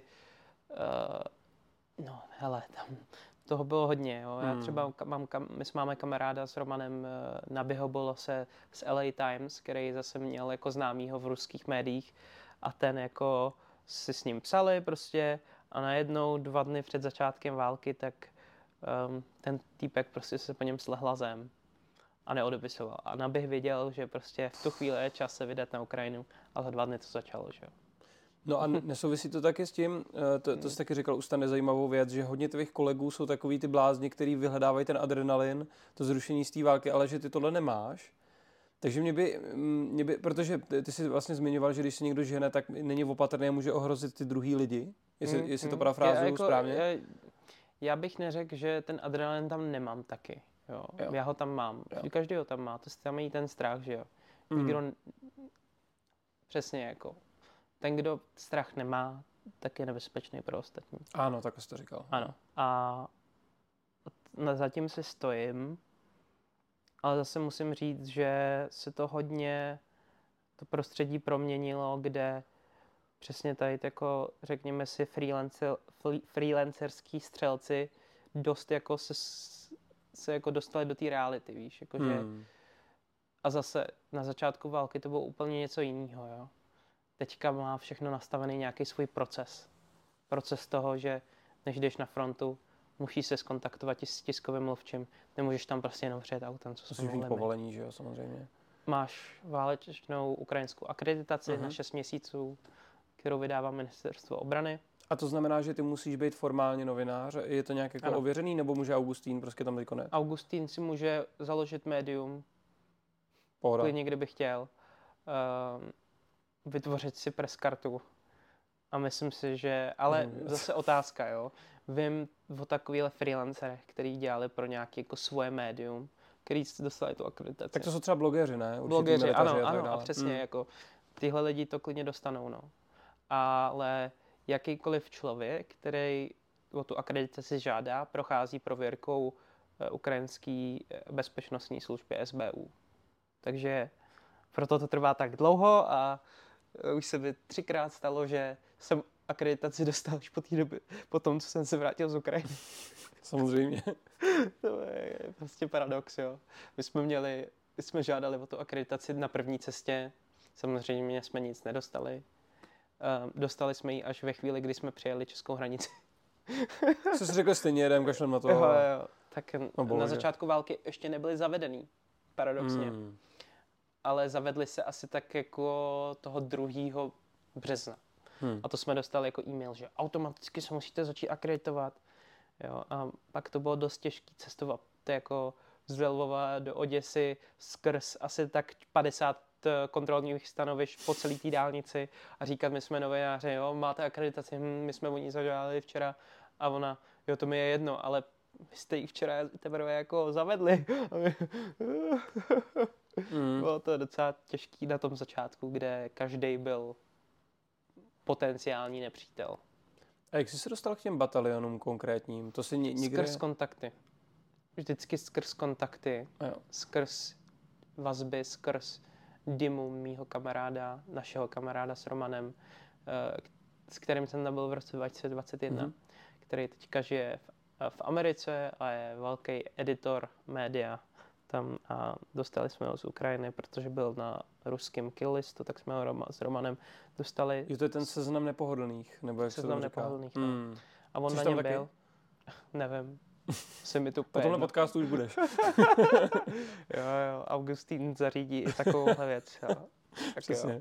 no hele, tam toho bylo hodně, jo. Já třeba my máme kamaráda s Romanem Nabihobolose z LA Times, který zase měl jako známýho v ruských médiích a ten jako si s ním psali prostě a najednou 2 dny před začátkem války, tak ten týpek prostě se po něm slehla zem a neodepisoval. A Nabih věděl, že prostě v tu chvíli je čas se vydat na Ukrajinu, ale za 2 dny to začalo, že jo. No a nesouvisí to taky s tím, to jsi taky říkal už ta nezajímavou věc, že hodně tvých kolegů jsou takový ty blázni, který vyhledávají ten adrenalin, to zrušení z té války, ale že ty tohle nemáš. Takže mě by, protože ty jsi vlastně zmiňoval, že když se někdo žene, tak není opatrný a může ohrozit ty druhý lidi, jestli to parafrázuju správně. Já bych neřekl, že ten adrenalin tam nemám taky. Jo. Jo. Já ho tam mám. Jo. Každý ho tam má. To je tam i ten strach, že jo. Nikdo... Přesně jako... Ten, kdo strach nemá, tak je nebezpečný pro ostatní. Ano, tak jsi to říkal. Ano. A zatím si stojím, ale zase musím říct, že se to hodně, to prostředí proměnilo, kde přesně tady jako, řekněme si, freelancerský střelci dost jako se jako dostali do té reality, víš, jakože a zase na začátku války to bylo úplně něco jiného, jo. Teďka má všechno nastavený nějaký svůj proces. Proces toho, že než jdeš na frontu, musíš se skontaktovat s tiskovým mluvčím, nemůžeš tam prostě jenom přijet autem, co jsme mít povolení, že jo, samozřejmě. Máš válečnou ukrajinskou akreditaci na 6 měsíců, kterou vydává ministerstvo obrany. A to znamená, že ty musíš být formálně novinář? Je to nějak jako ověřený, nebo může Augustín prostě tam teďko ne? Augustín si může založit médium, klidně kdyby chtěl, vytvořit si preskartu. A myslím si, že... Ale zase otázka, jo. Vím o takovýchhle freelancerech, který dělali pro nějaké jako svoje médium, který dostali tu akreditaci. Tak to jsou třeba blogeři, ne? Blogeři, ano, a přesně, jako tyhle lidi to klidně dostanou, no. Ale jakýkoliv člověk, který o tu akreditaci žádá, prochází prověrkou ukrajinské bezpečnostní služby SBU. Takže proto to trvá tak dlouho a už se mi 3krát stalo, že jsem akreditaci dostal už po tom, co jsem se vrátil z Ukrajiny. Samozřejmě. To je prostě paradox, jo. My jsme žádali o tu akreditaci na první cestě, samozřejmě jsme nic nedostali. Dostali jsme ji až ve chvíli, kdy jsme přijeli českou hranici. Jsi si řekl stejně, jedem kašlem na to. Jo. Tak na začátku války ještě nebyly zavedený, paradoxně. Ale zavedli se asi tak jako toho 2. března. A to jsme dostali jako e-mail, že automaticky se musíte začít akreditovat. Jo, a pak to bylo dost těžké cestovat. To jako z Lvova do Oděsy skrz asi tak 50 kontrolních stanovišť po celé té dálnici a říkat, my jsme novináři, jo, máte akreditaci, my jsme o ní zažádali včera a ona, jo, to mi je jedno, ale vy jste ji včera teprve jako zavedli. Bylo to docela těžký na tom začátku, kde každý byl potenciální nepřítel. A jak jsi se dostal k těm batalionům konkrétním? To si někde... Skrz kontakty. Vždycky skrz kontakty. Skrz vazby, skrz Dymu, mýho kamaráda, našeho kamaráda s Romanem, s kterým jsem tam byl v roce 2021, který teďka žije v Americe a je velký editor média tam a dostali jsme ho z Ukrajiny, protože byl na ruském kill listu, tak jsme ho s Romanem dostali. Je to ten seznam nepohodlných? Nebo jak seznam nepohodlných, no. A on Jsi na něm byl. Nevím. Se mi to po tomhle podcastu už budeš. jo, Augustín zařídí i takovouhle věc. Jo. Tak přesně.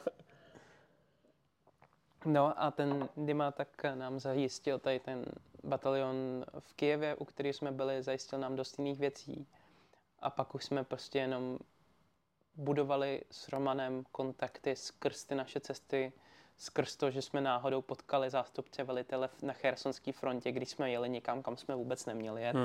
No a ten Dima tak nám zajistil tady ten batalion v Kyjevě, u kterého jsme byli, zajistil nám dost jiných věcí. A pak už jsme prostě jenom budovali s Romanem kontakty skrz ty naše cesty, skrz to, že jsme náhodou potkali zástupce velitele na Chersonské frontě, když jsme jeli někam, kam jsme vůbec neměli jet.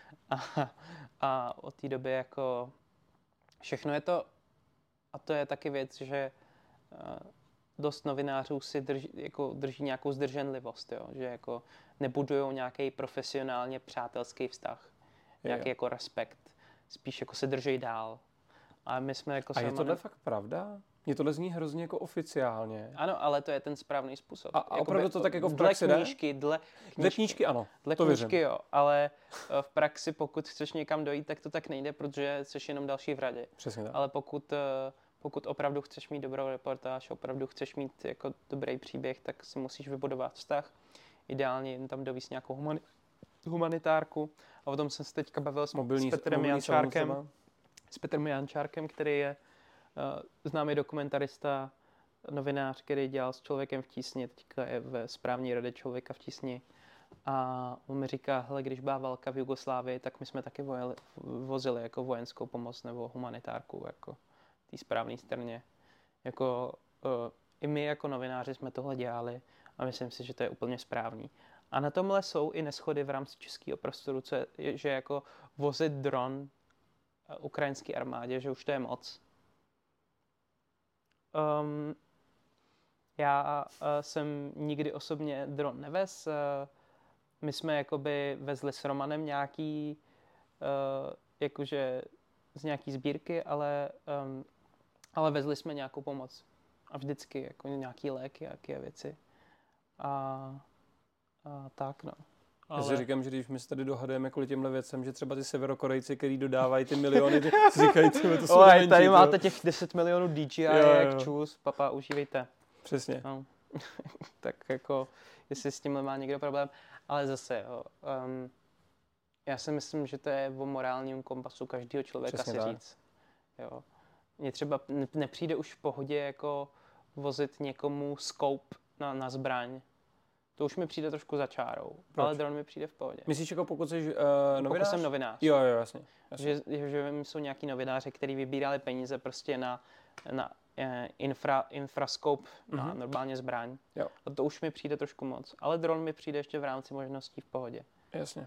A od té doby jako všechno je to, a to je taky věc, že dost novinářů si drží nějakou zdrženlivost, jo? Že jako nebudujou nějaký profesionálně přátelský vztah, nějaký jako respekt, spíš jako se drží dál. A my jsme jako... A je tohle fakt pravda? Mně tohle zní hrozně jako oficiálně. Ano, ale to je ten správný způsob. A opravdu to tak jako v praxi dle knížky, ano. Dle to knížky, jo. Ale v praxi, pokud chceš někam dojít, tak to tak nejde, protože jsi jenom další v radě. Přesně tak. Ale pokud opravdu chceš mít dobrou reportáž, opravdu chceš mít jako dobrý příběh, tak si musíš vybudovat vztah. Ideálně jen tam dovíst nějakou humanitárku. A o tom jsem se teďka bavil s Petrem Jančárkem. S Petrem Jančárkem, který je známý dokumentarista, novinář, který dělal s Člověkem v tísni, teďka je ve správní radě Člověka v tísni. A on mi říká, hele, když byla válka v Jugoslávii, tak my jsme taky vozili jako vojenskou pomoc nebo humanitárku jako té správné straně. Jako, i my jako novináři jsme tohle dělali a myslím si, že to je úplně správný. A na tomhle jsou i neshody v rámci českého prostoru, že jako vozit dron ukrajinské armádě, že už to je moc. Já jsem nikdy osobně dron nevez. My jsme jakoby vezli s Romanem nějaký, jakože z nějaký sbírky, ale vezli jsme nějakou pomoc. A vždycky jako nějaký léky, nějaké věci. A tak, no. Já si říkám, že když my se tady dohadujeme kvůli těmhle věcem, že třeba ty Severokorejci, který dodávají ty miliony, ty si říkají, to jsou nemenší. Tady máte těch 10 milionů DJI, jak čus, papa, užívejte. Přesně. No. Tak jako, jestli s tímhle má někdo problém. Ale zase, jo, já si myslím, že to je o morálním kompasu každého člověka. Přesně si tak. Říct. Jo. Mně třeba nepřijde už v pohodě jako vozit někomu scope na zbraň. To už mi přijde trošku za čárou, ale dron mi přijde v pohodě. Myslíš, jako pokud jsi novinář? Pokud jsem novinář. Jo, jasně. Že jsou nějaký novináři, kteří vybírali peníze prostě na infrascope, na normálně zbraň. Jo. A to už mi přijde trošku moc. Ale dron mi přijde ještě v rámci možností v pohodě. Jasně.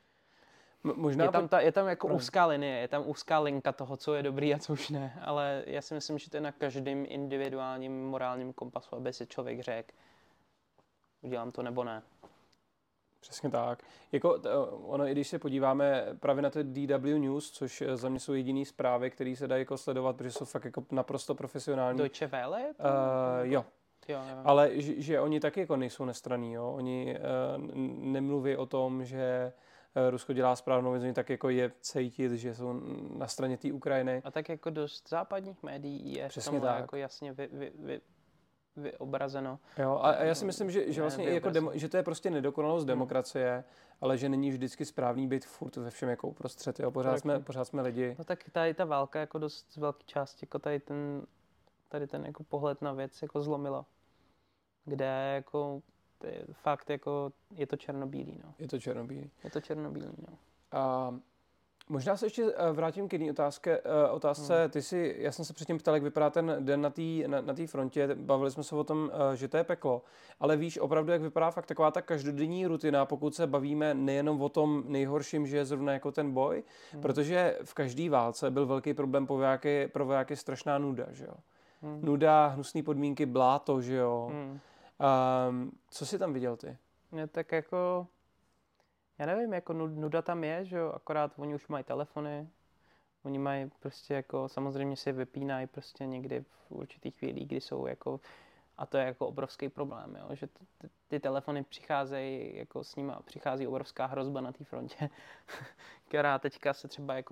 Je tam jako úzká linie, je tam úzká linka toho, co je dobrý a co už ne. Ale já si myslím, že to je na každém individuálním morálním kompasu, aby si člověk řekl, udělám to nebo ne. Přesně tak. Jako ono, i když se podíváme právě na to DW News, což za mě jsou jediný zprávy, které se dají jako sledovat, protože jsou fakt jako naprosto profesionální. Deutsche Welle? Jo. Ale že oni taky jako nejsou nestranní, jo. Oni nemluví o tom, že Rusko dělá správnou věc, oni tak jako je cítit, že jsou na straně té Ukrajiny. A tak jako dost západních médií je přesně v tomhle tak. Jako jasně vyobrazeno. Jo, a já si myslím, že vlastně jako že to je prostě nedokonalost demokracie, ale že není vždycky správný být furt ve všem jako uprostřed, jo, pořád jsme lidi. No tak tady ta válka jako dost velký část, jako tady ten jako pohled na věc jako zlomila. Kde jako fakt jako je to černobílý, no. Je to černobílý, no. A možná se ještě vrátím k jedné otázce. Já jsem se předtím ptal, jak vypadá ten den na té frontě. Bavili jsme se o tom, že to je peklo. Ale víš opravdu, jak vypadá fakt taková ta každodenní rutina, pokud se bavíme nejenom o tom nejhorším, že je zrovna jako ten boj, protože v každé válce byl velký problém pro vojáky strašná nuda, že jo. Nuda, hnusné podmínky, bláto, že jo. Co jsi tam viděl ty? Tak jako já nevím, jako nuda tam je, že jo, akorát oni už mají telefony, oni mají prostě jako, samozřejmě si vypínají prostě někdy v určitých chvílích, kdy jsou jako, a to je jako obrovský problém, jo, že ty telefony přicházejí, jako s nima přichází obrovská hrozba na té frontě, která teďka se třeba jako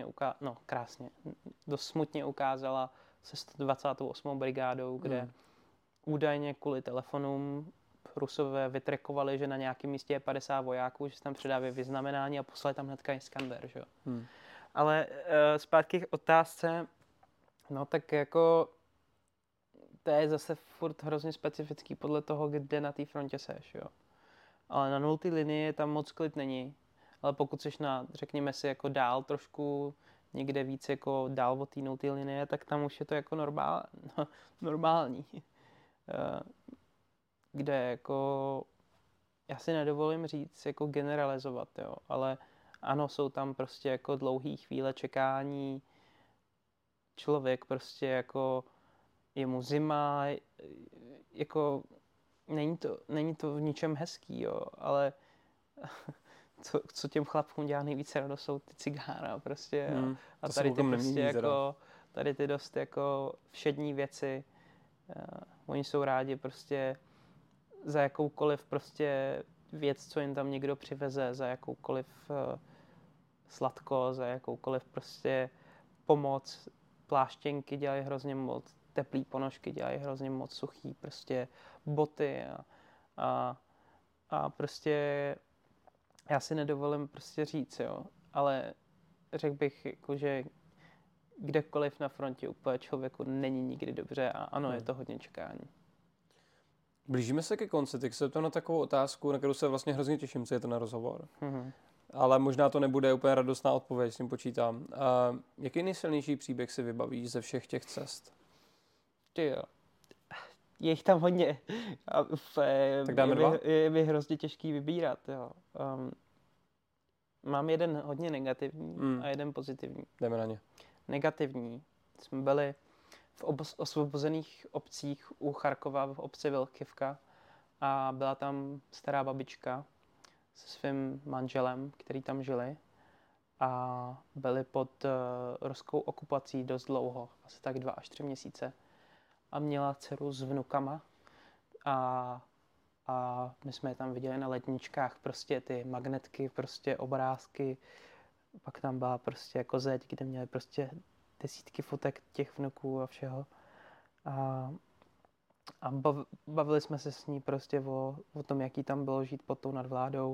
dost smutně ukázala se 128. brigádou, kde údajně kvůli telefonům Rusové vytrekovali, že na nějakém místě je 50 vojáků, že se tam předávají vyznamenání a poslali tam hnedka Iskander, že jo. Ale zpátky k otázce, no tak jako to je zase furt hrozně specifický podle toho, kde na té frontě seš, jo. Ale na nultý linii tam moc klid není, ale pokud seš řekněme si, jako dál trošku, někde víc jako dál od té nultý linie, tak tam už je to jako normální. Kde jako, já si nedovolím říct, jako generalizovat, jo, ale ano, jsou tam prostě jako dlouhý chvíle čekání, člověk prostě jako, je mu zima, jako, není to v ničem hezký, jo, ale co těm chlapům dělá nejvíce radost, jsou ty cigára prostě, jo. A tady ty prostě jako, tady ty dost jako všední věci, oni jsou rádi prostě za jakoukoliv prostě věc, co jim tam někdo přiveze, za jakoukoliv sladko, za jakoukoliv prostě pomoc. Pláštěnky dělají hrozně moc, teplý ponožky dělají hrozně moc, suchý prostě boty a prostě já si nedovolím prostě říct, jo, ale řekl bych, jako, že kdekoliv na frontě úplně člověku není nikdy dobře a ano, je to hodně čekání. Blížíme se ke konci, tak se ptám na takovou otázku, na kterou se vlastně hrozně těším, co je to na rozhovor. Ale možná to nebude úplně radostná odpověď, s tím počítám. Jaký nejsilnější příběh si vybavíš ze všech těch cest? Ty jo. Je jich tam hodně. A Tak dáme dva? Je mi hrozně těžký vybírat. Jo. Mám jeden hodně negativní a jeden pozitivní. Jdeme na ně. Negativní. Jsme byli v osvobozených obcích u Charkova v obci Velkivka a byla tam stará babička se svým manželem, který tam žili a byli pod ruskou okupací dost dlouho, asi tak 2 až 3 měsíce a měla dceru s vnukama a my jsme je tam viděli na ledničkách, prostě ty magnetky, prostě obrázky, pak tam byla prostě jako zeď, kde měli prostě desítky fotek těch vnuků a všeho. A bavili jsme se s ní prostě o tom, jaký tam bylo žít pod tou nadvládou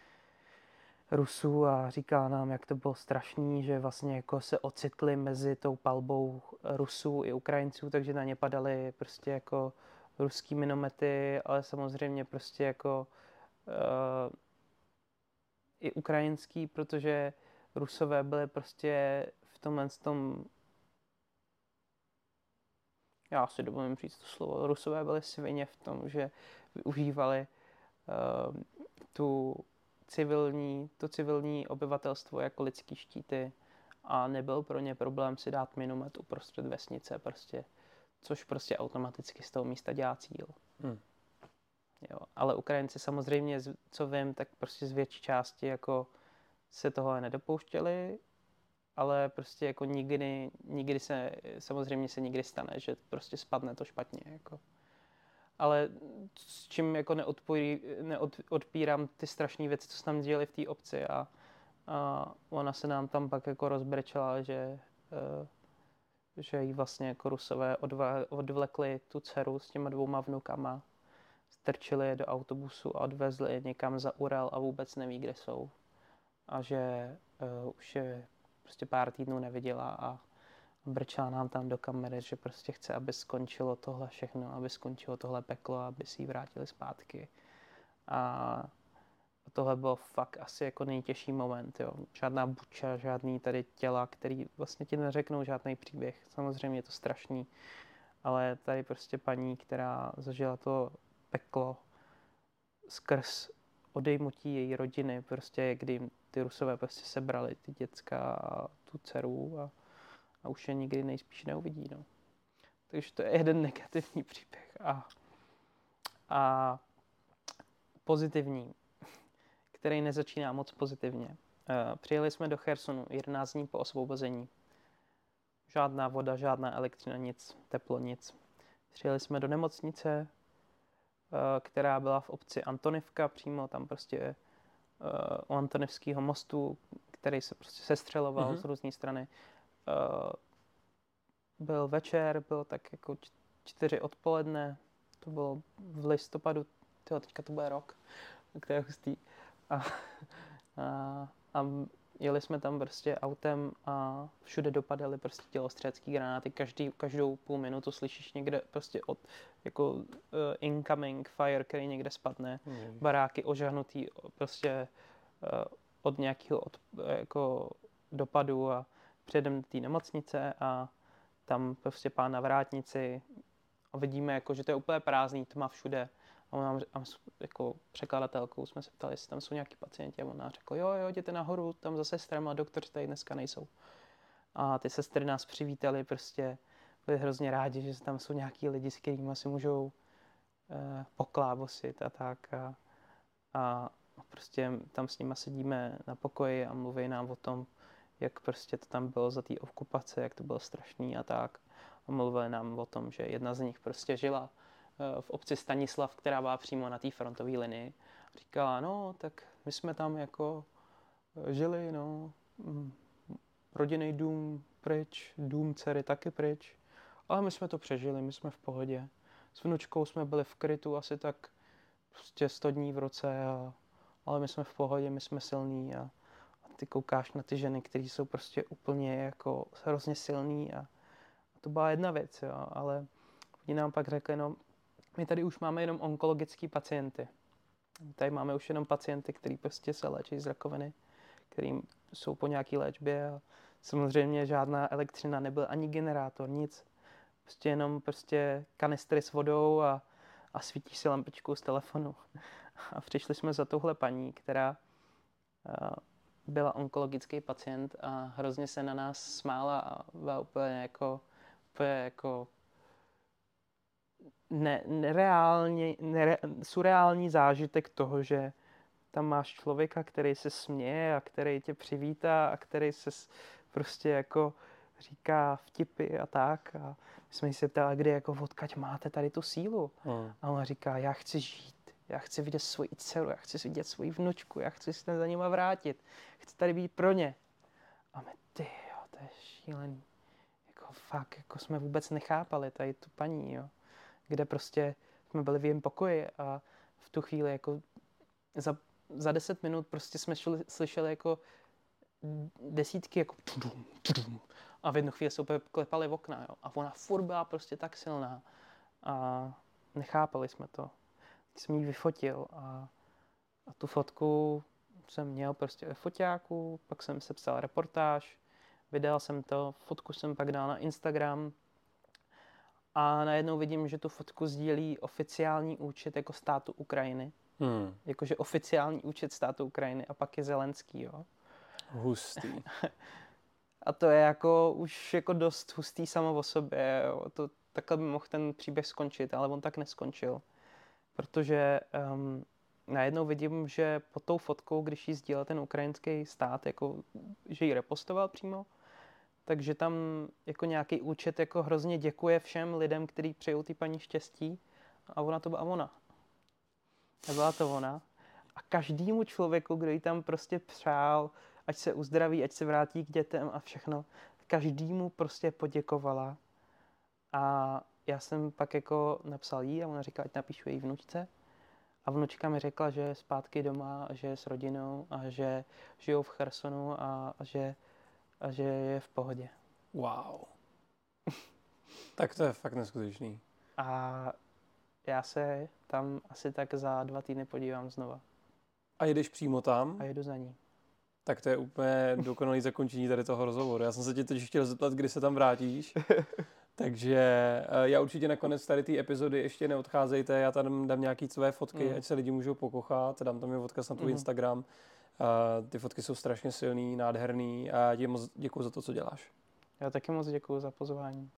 Rusů a říkala nám, jak to bylo strašný, že vlastně jako se ocitli mezi tou palbou Rusů i Ukrajinců, takže na ně padaly prostě jako ruský minomety, ale samozřejmě prostě jako i ukrajinský, protože Rusové byli prostě v tomhle tom, já si dovolím říct to slovo, Rusové byli svině v tom, že využívali to civilní obyvatelstvo jako lidský štíty a nebyl pro ně problém si dát minomet uprostřed vesnice prostě, což prostě automaticky z toho místa dělá cíl. Jo, ale Ukrajinci samozřejmě, co vím, tak prostě z větší části jako se toho nedopouštěli, ale prostě jako nikdy se, samozřejmě se nikdy stane, že prostě spadne to špatně, jako. Ale s čím jako neodpírám ty strašné věci, co se tam děli v té obci a ona se nám tam pak jako rozbrečela, že jí vlastně jako Rusové odvlekli tu dceru s těma 2 vnukama, strčili je do autobusu a odvezli je někam za Ural a vůbec neví, kde jsou. A že už je prostě pár týdnů neviděla a brčela nám tam do kamery, že prostě chce, aby skončilo tohle všechno, aby skončilo tohle peklo, aby si ji vrátili zpátky. A tohle bylo fakt asi jako nejtěžší moment, jo. Žádná buča, žádný tady těla, který vlastně ti neřeknou žádný příběh. Samozřejmě je to strašný, ale tady prostě paní, která zažila to peklo skrz odejmutí její rodiny, prostě kdy ty Rusové prostě sebrali ty děcka a tu dceru a už je nikdy nejspíš neuvidí, no. Takže to je jeden negativní příběh. A pozitivní, který nezačíná moc pozitivně. Přijeli jsme do Chersonu 11 dní po osvobození. Žádná voda, žádná elektřina, nic, teplo, nic. Přijeli jsme do nemocnice, která byla v obci Antonivka, přímo tam prostě u Antonivského mostu, který se prostě sestřeloval z různé strany. Byl večer, bylo tak jako 4 odpoledne, to bylo v listopadu, teďka to bude rok, to je hustý. A jeli jsme tam prostě autem a všude dopadaly prostě dělostřelecké granáty. Každou půl minutu slyšíš někde prostě jako incoming fire, který někde spadne. Baráky ožahnutý prostě od nějakého jako dopadu a přijedeme do té nemocnice a tam prostě pán na vrátnici a vidíme, jako, že to je úplně prázdný, tma všude. A on nám, jako překladatelkou jsme se ptali, jestli tam jsou nějaký pacienti a on nám řekl, jo, jděte nahoru, tam za sestrama, doktoři tady dneska nejsou. A ty sestry nás přivítali, prostě byli hrozně rádi, že tam jsou nějaký lidi, s kterými si můžou poklábosit a tak. A prostě tam s nima sedíme na pokoji a mluví nám o tom, jak prostě to tam bylo za té okupace, jak to bylo strašný a tak. A mluvili nám o tom, že jedna z nich prostě žila v obci Stanislav, která byla přímo na té frontové linii. Říkala, no, tak my jsme tam jako žili, no, rodinný dům pryč, dům dcery taky pryč, ale my jsme to přežili, my jsme v pohodě. S vnučkou jsme byli v krytu asi tak prostě 100 dní v roce, ale my jsme v pohodě, my jsme silní a ty koukáš na ty ženy, které jsou prostě úplně jako hrozně silný a to byla jedna věc, jo, ale oni nám pak řekli, no, my tady už máme jenom onkologický pacienty. Tady máme už jenom pacienty, kteří prostě se léčí z rakoviny, kterým jsou po nějaké léčbě a samozřejmě žádná elektřina, nebyl ani generátor, nic. prostě jenom prostě kanistry s vodou a svítíš si lampičkou z telefonu. A přišli jsme za touhle paní, která byla onkologický pacient a hrozně se na nás smála a byla úplně jako surreální zážitek toho, že tam máš člověka, který se směje a který tě přivítá a který se prostě jako říká vtipy a tak. A my jsme se ptali, kdy jako odkud máte tady tu sílu. A on říká, já chci žít, já chci vidět svoji dceru, já chci vidět svoji vnučku, já chci se za nima vrátit, chci tady být pro ně. A my, tyjo, to je šílený. Jako fakt, jako jsme vůbec nechápali tady tu paní, jo. Kde prostě jsme byli v jejím pokoji a v tu chvíli jako za 10 minut prostě jsme slyšeli jako desítky jako a v jednu chvíli se úplně klepaly v okna, jo. A ona furt byla prostě tak silná a nechápali jsme to. Jsem ji vyfotil a tu fotku jsem měl prostě ve foťáku, pak jsem sepsal reportáž, vydal jsem to, fotku jsem pak dal na Instagram a najednou vidím, že tu fotku sdílí oficiální účet jako státu Ukrajiny. Jakože oficiální účet státu Ukrajiny a pak je Zelenský, jo. Hustý. A to je jako už jako dost hustý samo o sobě, jo. Takhle by mohl ten příběh skončit, ale on tak neskončil. Protože najednou vidím, že pod tou fotkou, když ji sdílel ten ukrajinský stát, jako, že ji repostoval přímo, takže tam jako nějaký účet jako hrozně děkuje všem lidem, kteří přejou ty paní štěstí a ona to byla ona. Nebyla to ona. A každému člověku, kdo jí tam prostě přál, ať se uzdraví, ať se vrátí k dětem a všechno, každému prostě poděkovala. A já jsem pak jako napsal jí a ona říkala, ať napíšu její vnučce. A vnučka mi řekla, že je zpátky doma, že je s rodinou a že žijou v Chersonu a že je v pohodě. Wow. Tak to je fakt neskutečný. A já se tam asi tak za 2 týdny podívám znova. A jedeš přímo tam? A jedu za ní. Tak to je úplně dokonalý zakončení tady toho rozhovoru. Já jsem se tě teď chtěl zeptat, kdy se tam vrátíš. Takže já určitě nakonec tady té epizody ještě neodcházejte, já tam dám nějaký své fotky, ať se lidi můžou pokochat, dám tam je odkaz na tvůj Instagram. Ty fotky jsou strašně silný, nádherný a ti moc děkuju za to, co děláš. Já taky moc děkuju za pozvání.